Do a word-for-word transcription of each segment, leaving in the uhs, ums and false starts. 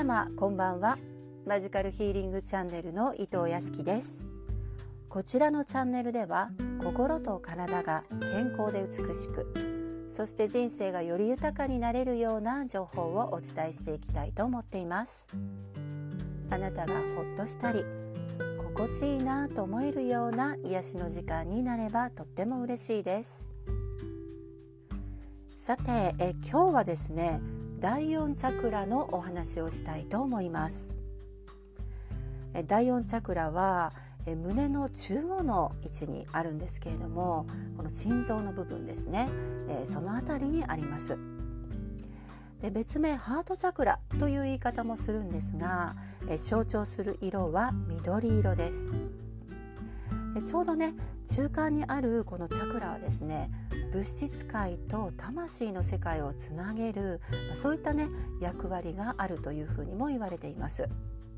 様こんばんは。マジカルヒーリングチャンネルの伊藤康樹です。こちらのチャンネルでは心と体が健康で美しく、そして人生がより豊かになれるような情報をお伝えしていきたいと思っています。あなたがほっとしたり心地いいなと思えるような癒しの時間になればとっても嬉しいです。さてえ今日はですね、だいよんチャクラのお話をしたいと思います。えだいよんチャクラはえ胸の中央の位置にあるんですけれども、この心臓の部分ですね、えそのあたりにあります。で別名ハートチャクラという言い方もするんですが、え象徴する色は緑色です。でちょうどね中間にあるこのチャクラはですね、物質界と魂の世界をつなげる、そういったね役割があるというふうにも言われています。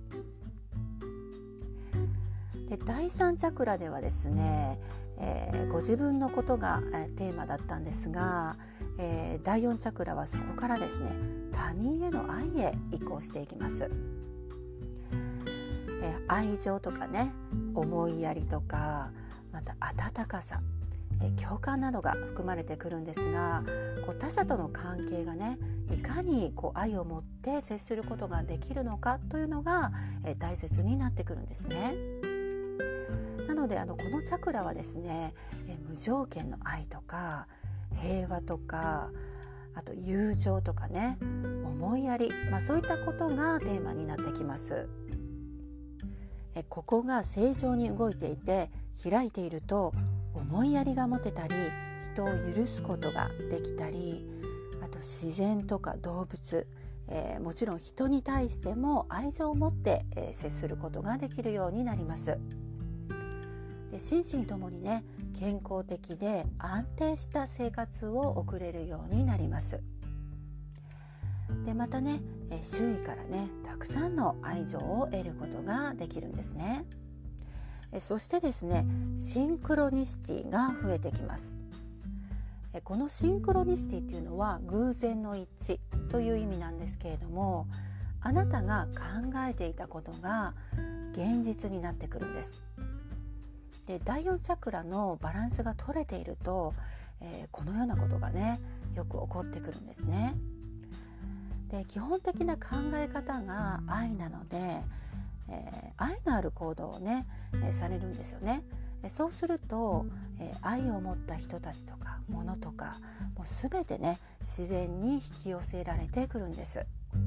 でだいさんチャクラではですね、えー、ご自分のことが、えー、テーマだったんですが、えー、だいよんチャクラはそこからですね、他人への愛へ移行していきます。えー、愛情とかね、思いやりとか、また温かさ、えー、共感などが含まれてくるんですが、こう他者との関係がね、いかにこう愛を持って接することができるのかというのが、えー、大切になってくるんですね。なのであのこのチャクラはですね、えー、無条件の愛とか平和とか、あと友情とかね、思いやり、まあ、そういったことがテーマになってきます。えここが正常に動いていて開いていると、思いやりが持てたり、人を許すことができたり、あと自然とか動物、えー、もちろん人に対しても愛情を持って、えー、接することができるようになります。で心身ともにね、健康的で安定した生活を送れるようになります。でまたね、え周囲からねたくさんの愛情を得ることができるんですね。えそしてですね、シンクロニシティが増えてきます。えこのシンクロニシティっていうのは偶然の一致という意味なんですけれども、あなたが考えていたことが現実になってくるんです。でだいよんチャクラのバランスが取れていると、えー、このようなことがねよく起こってくるんですね。で基本的な考え方が愛なので、えー、愛のある行動をね、えー、されるんですよね。そうすると、えー、愛を持った人たちとか物とか、もうすべてね自然に引き寄せられてくるんです。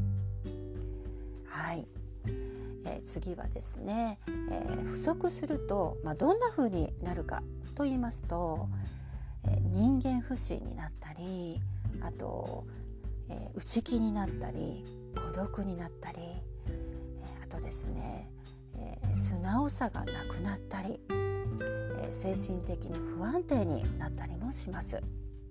はい、えー、次はですね、えー、不足すると、まあ、どんな風になるかと言いますと、えー、人間不信になったり、あと、えー、内気になったり、孤独になったり、えー、あとですね、えー、素直さがなくなったり、えー、精神的に不安定になったりもします。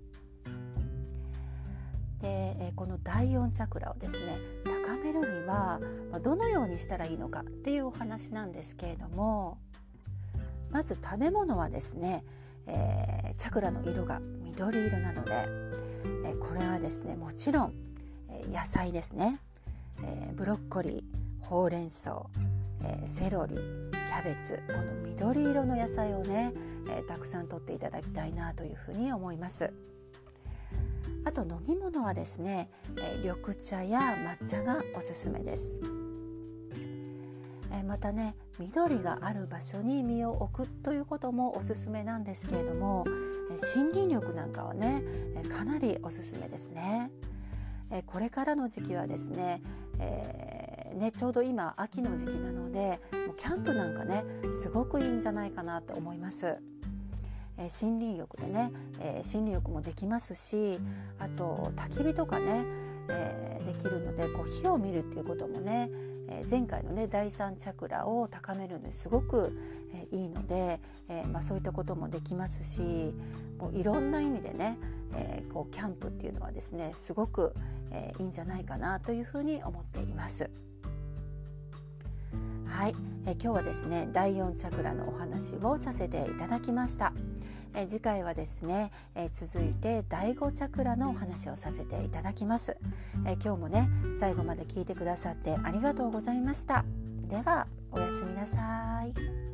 で、えー、このだいよんチャクラをですね高めるには、まあ、どのようにしたらいいのかっていうお話なんですけれども、まず食べ物はですね、えー、チャクラの色が緑色なので、えー、これはですねもちろん、えー、野菜ですね、えー、ブロッコリー、ほうれん草、えー、セロリ、キャベツ、この緑色の野菜をね、えー、たくさん摂っていただきたいなというふうに思います。あと飲み物はですね、えー、緑茶や抹茶がおすすめです。えー、またね、緑がある場所に身を置くということもおすすめなんですけれども、えー、森林浴なんかはね、えー、かなりおすすめですね。えー、これからの時期はですね、えーね、ちょうど今秋の時期なので、もうキャンプなんかねすごくいいんじゃないかなと思います。えー、森林浴でね、えー、森林浴もできますし、あと焚き火とかね、えー、できるので、こう火を見るっていうこともね、えー、前回のねだいさんチャクラを高めるのにすごく、えー、いいので、えーまあ、そういったこともできますし、もういろんな意味でね、えー、こうキャンプっていうのはですねすごく、えー、いいんじゃないかなというふうに思っています。はい、えー、今日はですねだいよんチャクラのお話をさせていただきました。 え次回はですね、え続いてだいごチャクラのお話をさせていただきます。え今日もね最後まで聞いてくださってありがとうございました。ではおやすみなさい。